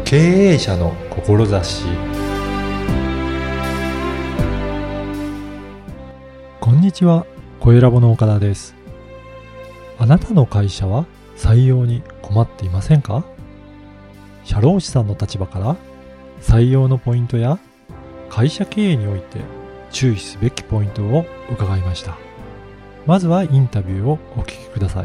経営者の志。こんにちは、声ラボの岡田です。あなたの会社は採用に困っていませんか？社労士さんの立場から採用のポイントや会社経営において注意すべきポイントを伺いました。まずはインタビューをお聞きください。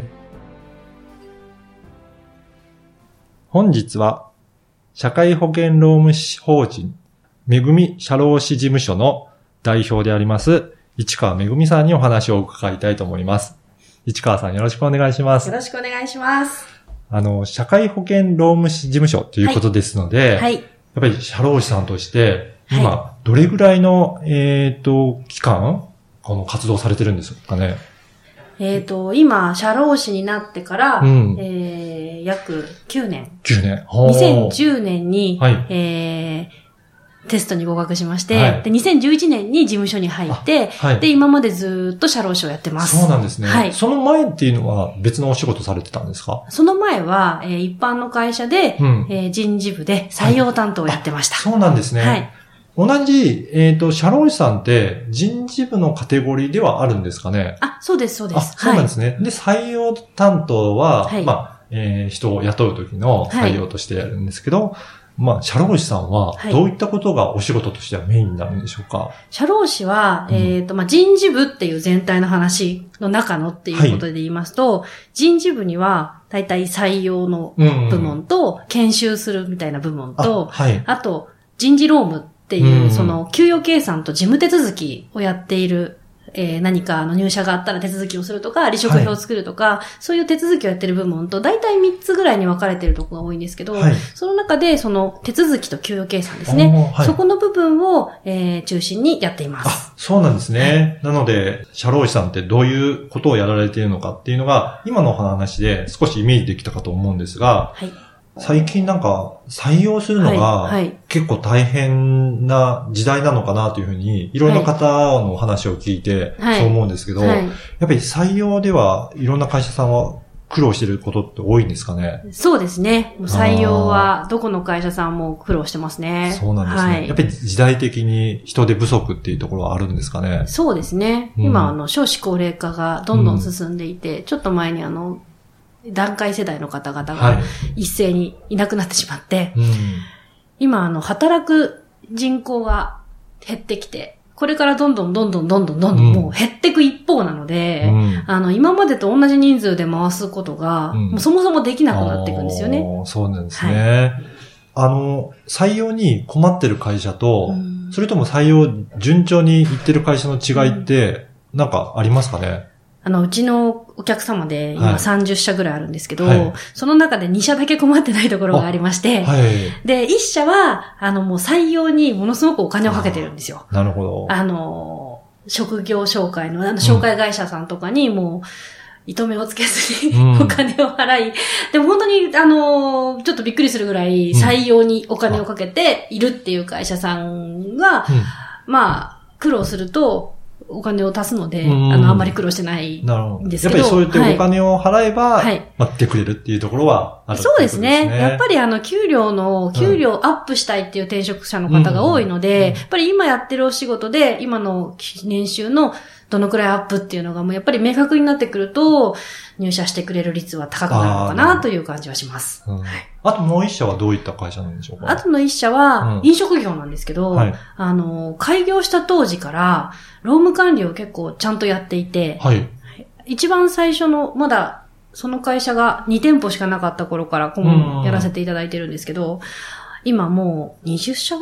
本日は社会保険労務士法人めぐみ社労士事務所の代表であります市川めぐみさんにお話を伺いたいと思います。市川さん、よろしくお願いします。 よろしくお願いします。 社会保険労務士事務所ということですので、はい、やっぱり社労士さんとして今どれぐらいの期間この活動されてるんですかね。 今社労士になってから、約9年。 9年。 2010年に、テストに合格しまして、で、2011年に事務所に入って、で、今までずっと社労士をやってます。 そうなんですね。その前っていうのは別のお仕事されてたんですか？ その前は、一般の会社で、人事部で採用担当をやってました。 そうなんですね。同じ、社労士さんって人事部のカテゴリーではあるんですかね？ そうです、そうです。 そうなんですね。で、採用担当は、人を雇う時の採用としてやるんですけど、社労士さんはどういったことがお仕事としてはメインになるんでしょうか？ 社労士は、人事部っていう全体の話の中のっていうことで言いますと、人事部には大体採用の部門と、研修するみたいな部門と、あと人事労務っていう、その給与計算と事務手続きをやっている、何か入社があったら手続きをするとか、離職票を作るとか、そういう手続きをやってる部門と、大体3つぐらいに分かれてるところが多いんですけど、その中でその手続きと給与計算ですね。そこの部分を、中心にやっています。 そうなんですね。なので、社労士さんってどういうことをやられているのかっていうのが、今のお話で少しイメージできたかと思うんですが、最近なんか採用するのが結構大変な時代なのかなというふうにいろんな方のお話を聞いてそう思うんですけど、やっぱり採用ではいろんな会社さんは苦労してることって多いんですかね？ そうですね。採用はどこの会社さんも苦労してますね。 そうなんですね。やっぱり時代的に人手不足っていうところはあるんですかね？ そうですね。今少子高齢化がどんどん進んでいて、ちょっと前に団塊世代の方々が一斉にいなくなってしまって、今働く人口が減ってきて、これからどんどんもう減っていく一方なので、今までと同じ人数で回すことが、もうそもそもできなくなっていくんですよね。 そうなんですね。採用に困ってる会社と、それとも採用順調にいってる会社の違いって、なんかありますかね？ うちのお客様で今30社ぐらいあるんですけど、その中で2社だけ困ってないところがありまして、で、1社は、もう採用にものすごくお金をかけてるんですよ。 なるほど。 職業紹介の、紹介会社さんとかにもう、糸目をつけずにお金を払い、でも本当に、ちょっとびっくりするぐらい採用にお金をかけているっていう会社さんが、苦労すると、お金を足すので、あんまり苦労してないんですけど。 やっぱりそうやってお金を払えば、待ってくれるっていうところはあるってことですね。 そうですね。やっぱり給料アップしたいっていう転職者の方が多いので、やっぱり今やってるお仕事で、今の年収のどのくらいアップっていうのがもうやっぱり明確になってくると、入社してくれる率は高くなるのかなという感じはします。 あともう一社はどういった会社なんでしょうか？ あとの一社は飲食業なんですけど、開業した当時から労務管理を結構ちゃんとやっていて、一番最初のまだその会社が2店舗しかなかった頃からやらせていただいてるんですけど、今もう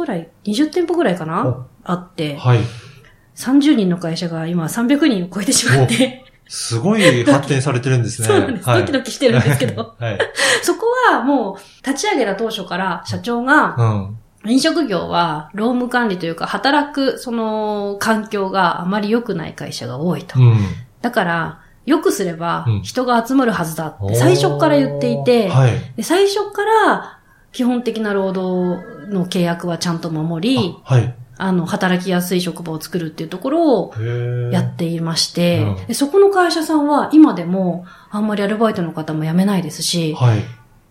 20店舗ぐらいかなあって、30人の会社が今300人を超えてしまって、 すごい発展されてるんですね。 そうなんです。ドキドキしてるんですけど。そこはもう立ち上げた当初から社長が、飲食業は労務管理というか働くその環境があまり良くない会社が多いと。だから良くすれば人が集まるはずだって最初から言っていて、で最初から基本的な労働の契約はちゃんと守り、働きやすい職場を作るっていうところをやっていまして、でそこの会社さんは今でもあんまりアルバイトの方も辞めないですし、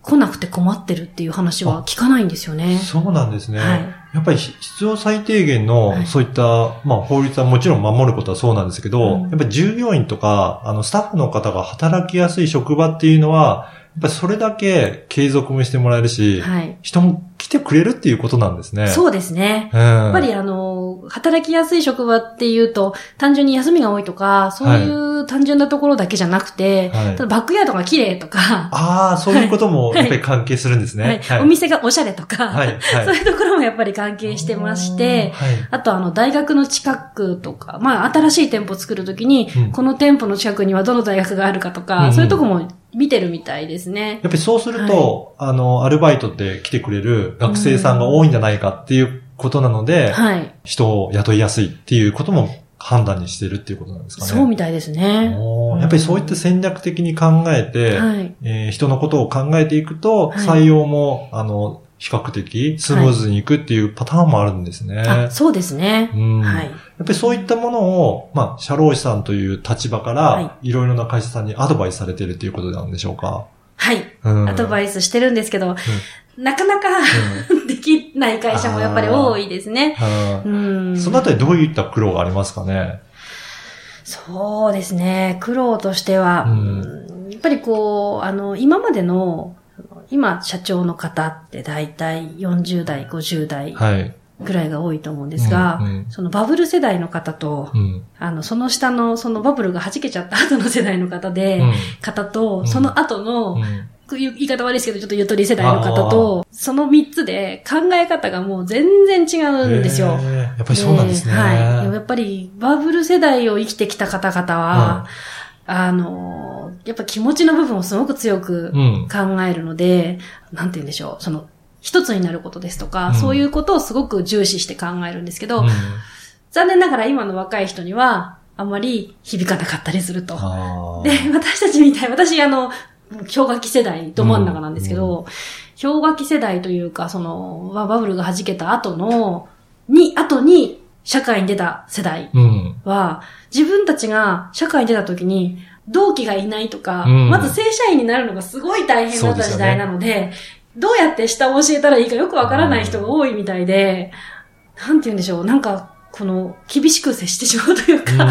来なくて困ってるっていう話は聞かないんですよね。 そうなんですね。 はい。 やっぱり必要最低限の、そういった、法律はもちろん守ることはそうなんですけど、やっぱり従業員とか、スタッフの方が働きやすい職場っていうのは、やっぱりそれだけ継続もしてもらえるし、はい、人も来てくれるっていうことなんですね。 そうですね。やっぱり働きやすい職場っていうと、単純に休みが多いとか、そういう単純なところだけじゃなくて、はい、ただバックヤードが綺麗とか。 ああ、そういうこともやっぱり関係するんですね。 はいはい、お店がおしゃれとか、はいはい、そういうところもやっぱり関係してまして、はい、あと大学の近くとか、新しい店舗を作るときに、この店舗の近くにはどの大学があるかとか、そういうとこも見てるみたいですね。 やっぱりそうすると、はい、アルバイトって来てくれる学生さんが多いんじゃないかっていうことなので、はい、人を雇いやすいっていうことも判断にしてるっていうことなんですかね。 そうみたいですね。 やっぱりそういった戦略的に考えて、はい人のことを考えていくと、採用も、比較的スムーズにいくっていうパターンもあるんですね。 はい、そうですね。 はい。やっぱりそういったものを、社労士さんという立場から、いろいろな会社さんにアドバイスされているということなんでしょうか？ はい。アドバイスしてるんですけど、なかなかできない会社もやっぱり多いですね。 そのあたりどういった苦労がありますかね？ そうですね。苦労としては、やっぱり今までの、今、社長の方ってだいたい40代、50代ぐらいが多いと思うんですが、そのバブル世代の方と、その下の、そのバブルが弾けちゃった後の世代の方と、その後の、言い方悪いですけど、ちょっとゆとり世代の方と、その3つで考え方がもう全然違うんですよ。 やっぱりそうなんですね。 はい。やっぱりバブル世代を生きてきた方々は、やっぱ気持ちの部分をすごく強く考えるので、なんて言うんでしょう、一つになることですとか、そういうことをすごく重視して考えるんですけど、残念ながら今の若い人には、あんまり響かなかったりすると。で、私たちみたい、私氷河期世代ど真ん中なんですけど、氷河期世代というか、バブルが弾けた後に社会に出た世代は、自分たちが社会に出た時に、同期がいないとか、まず正社員になるのがすごい大変だった時代なので、どうやって下を教えたらいいかよくわからない人が多いみたいで、なんて言うんでしょう、厳しく接してしまうというか、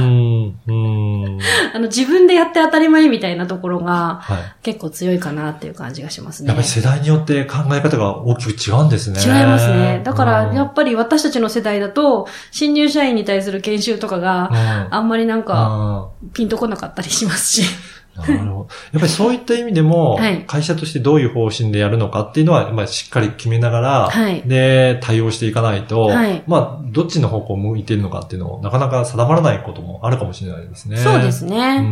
自分でやって当たり前みたいなところが、結構強いかなっていう感じがしますね。 やっぱり世代によって考え方が大きく違うんですね。 違いますね。だから、やっぱり私たちの世代だと、新入社員に対する研修とかが、あんまりピンとこなかったりしますし。 なるほど。やっぱりそういった意味でも、会社としてどういう方針でやるのかっていうのは、しっかり決めながら、で、対応していかないと、どっちの方向を向いているのかっていうのをなかなか定まらないこともあるかもしれないですね。 そうですね。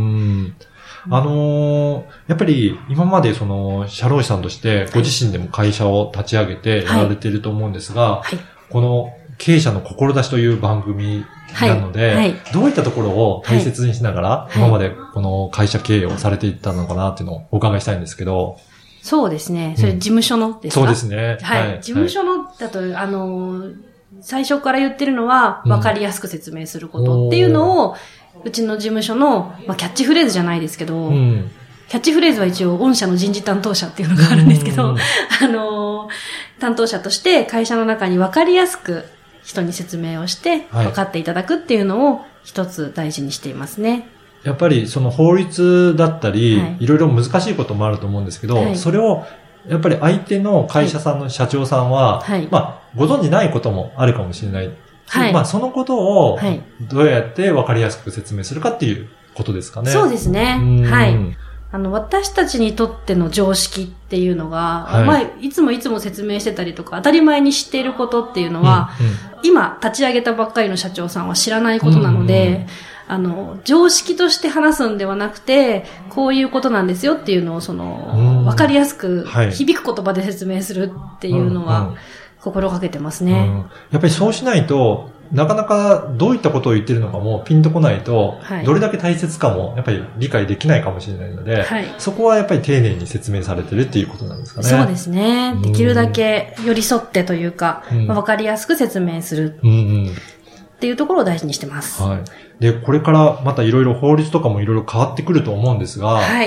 やっぱり今まで社労士さんとしてご自身でも会社を立ち上げてやられていると思うんですが、この経営者の志という番組なので、どういったところを大切にしながら、今までこの会社経営をされていったのかなっていうのをお伺いしたいんですけど。 そうですね。それ事務所のですか？ そうですね。 はい。事務所のだと、最初から言ってるのは、わかりやすく説明することっていうのを、うちの事務所の、キャッチフレーズじゃないですけど、キャッチフレーズは一応、御社の人事担当者っていうのがあるんですけど、担当者として会社の中にわかりやすく人に説明をして分かっていただくっていうのを一つ大事にしていますね。 やっぱり法律だったり、いろいろ難しいこともあると思うんですけど、それをやっぱり相手の会社さんの社長さんは、ご存じないこともあるかもしれない。そのことをどうやって分かりやすく説明するかっていうことですかね。 そうですね。はい。私たちにとっての常識っていうのが、いつも説明してたりとか、当たり前に知っていることっていうのは、今立ち上げたばっかりの社長さんは知らないことなので、常識として話すんではなくて、こういうことなんですよっていうのを、わかりやすく、響く言葉で説明するっていうのは、心がけてますね。 やっぱりそうしないと、なかなかどういったことを言ってるのかもピンとこないと、どれだけ大切かもやっぱり理解できないかもしれないので、そこはやっぱり丁寧に説明されてるっていうことなんですかね。 そうですね。できるだけ寄り添ってというか、わかりやすく説明するっていうところを大事にしてます。 で、これからまたいろいろ法律とかもいろいろ変わってくると思うんですが、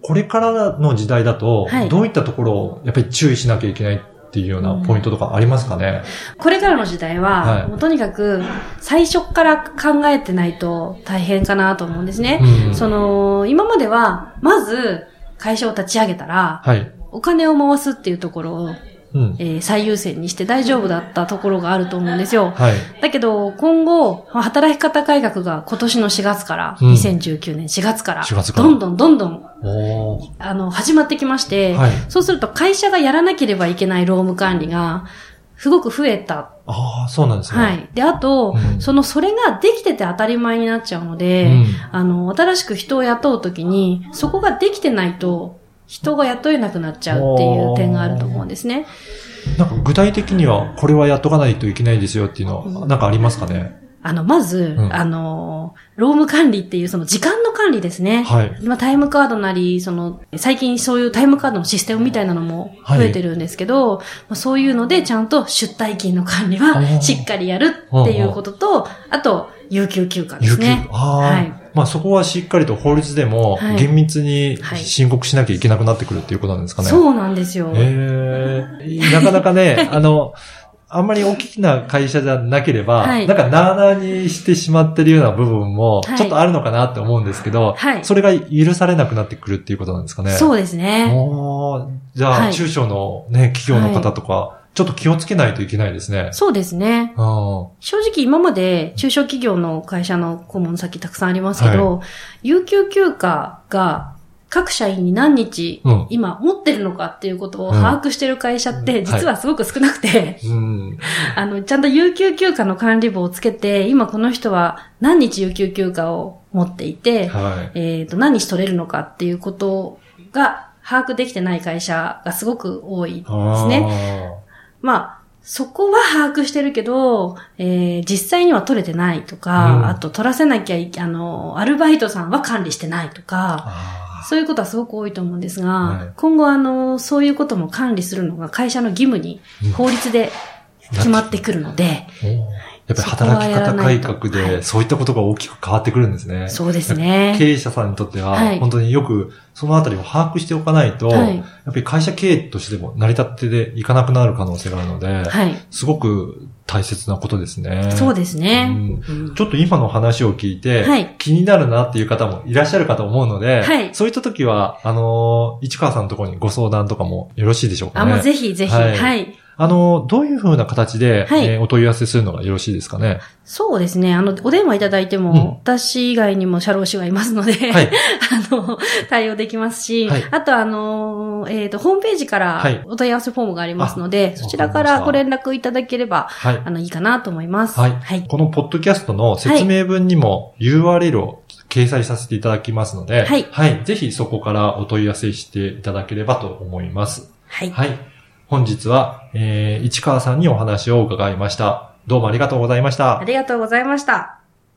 これからの時代だと、どういったところをやっぱり注意しなきゃいけないっていうようなポイントとかありますかね？ これからの時代は、もうとにかく最初から考えてないと大変かなと思うんですね。今までは、まず会社を立ち上げたら、お金を回すっていうところを、最優先にして大丈夫だったところがあると思うんですよ。だけど、今後、働き方改革が今年の4月から、2019年4月から、どんどん、始まってきまして、そうすると会社がやらなければいけない労務管理が、すごく増えた。 ああ、そうなんですね。 で、あと、それができてて当たり前になっちゃうので、新しく人を雇うときに、そこができてないと、人が雇えなくなっちゃうっていう点があると思うんですね。 なんか具体的にはこれはやっとかないといけないですよっていうのはなんかありますかね？ まず、労務管理っていうその時間の管理ですね。タイムカードなり、最近そういうタイムカードのシステムみたいなのも増えてるんですけど、そういうのでちゃんと出退勤の管理はしっかりやるっていうことと、あと、有給休暇ですね。 そこはしっかりと法律でも厳密に申告しなきゃいけなくなってくるっていうことなんですかね。 そうなんですよ。 なかなかね、あんまり大きな会社じゃなければ、なんかなーなーにしてしまってるような部分もちょっとあるのかなって思うんですけど、それが許されなくなってくるっていうことなんですかね。 そうですね。 じゃあ、中小のね、企業の方とか、ちょっと気をつけないといけないですね。 そうですね。正直今まで中小企業の会社の顧問先たくさんありますけど、有給休暇が各社員に何日今持ってるのかっていうことを把握してる会社って実はすごく少なくて、ちゃんと有給休暇の管理簿をつけて、今この人は何日有給休暇を持っていて、何日取れるのかっていうことが把握できてない会社がすごく多いですね。そこは把握してるけど、実際には取れてないとか、あと取らせなきゃアルバイトさんは管理してないとか、そういうことはすごく多いと思うんですが、今後そういうことも管理するのが会社の義務に法律で決まってくるので、 やっぱり働き方改革でそういったことが大きく変わってくるんですね。 そうですね。 経営者さんにとっては、本当によくそのあたりを把握しておかないと、やっぱり会社経営としても成り立ってでいかなくなる可能性があるので、すごく大切なことですね。 そうですね。 ちょっと今の話を聞いて、気になるなっていう方もいらっしゃるかと思うので、そういった時は、市川さんのところにご相談とかもよろしいでしょうかね。 もうぜひぜひ。 どういう風な形で、お問い合わせするのがよろしいですかね。 そうですね。お電話いただいても、私以外にも社労士がいますので、対応できますし、あとホームページからお問い合わせフォームがありますので、そちらからご連絡いただければ、いいかなと思います。 このポッドキャストの説明文にも URL を掲載させていただきますので、ぜひそこからお問い合わせしていただければと思います。本日は、市川さんにお話を伺いました。どうもありがとうございました。 ありがとうございました。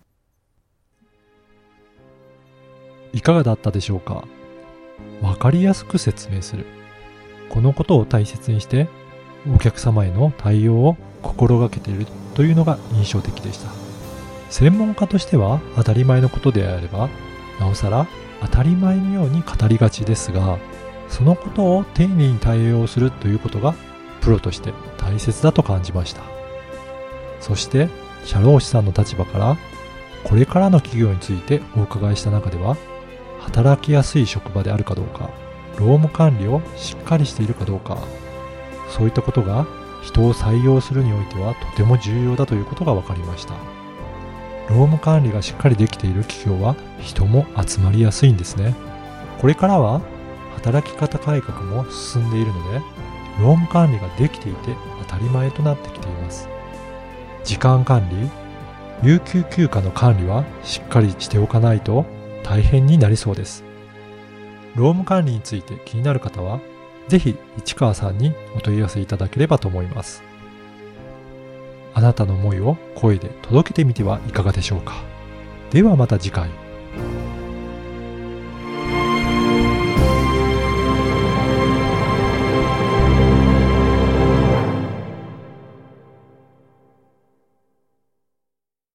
いかがだったでしょうか？わかりやすく説明する。このことを大切にして、お客様への対応を心がけているというのが印象的でした。専門家としては当たり前のことであれば、なおさら当たり前のように語りがちですが、そのことを丁寧に対応するということがプロとして大切だと感じました。そして社労士さんの立場からこれからの企業についてお伺いした中では、働きやすい職場であるかどうか、労務管理をしっかりしているかどうか、そういったことが人を採用するにおいてはとても重要だということが分かりました。労務管理がしっかりできている企業は人も集まりやすいんですね。これからは働き方改革も進んでいるので、労務管理ができていて当たり前となってきています。時間管理、有給休暇の管理はしっかりしておかないと大変になりそうです。労務管理について気になる方は、ぜひ市川さんにお問い合わせいただければと思います。あなたの思いを声で届けてみてはいかがでしょうか。ではまた次回。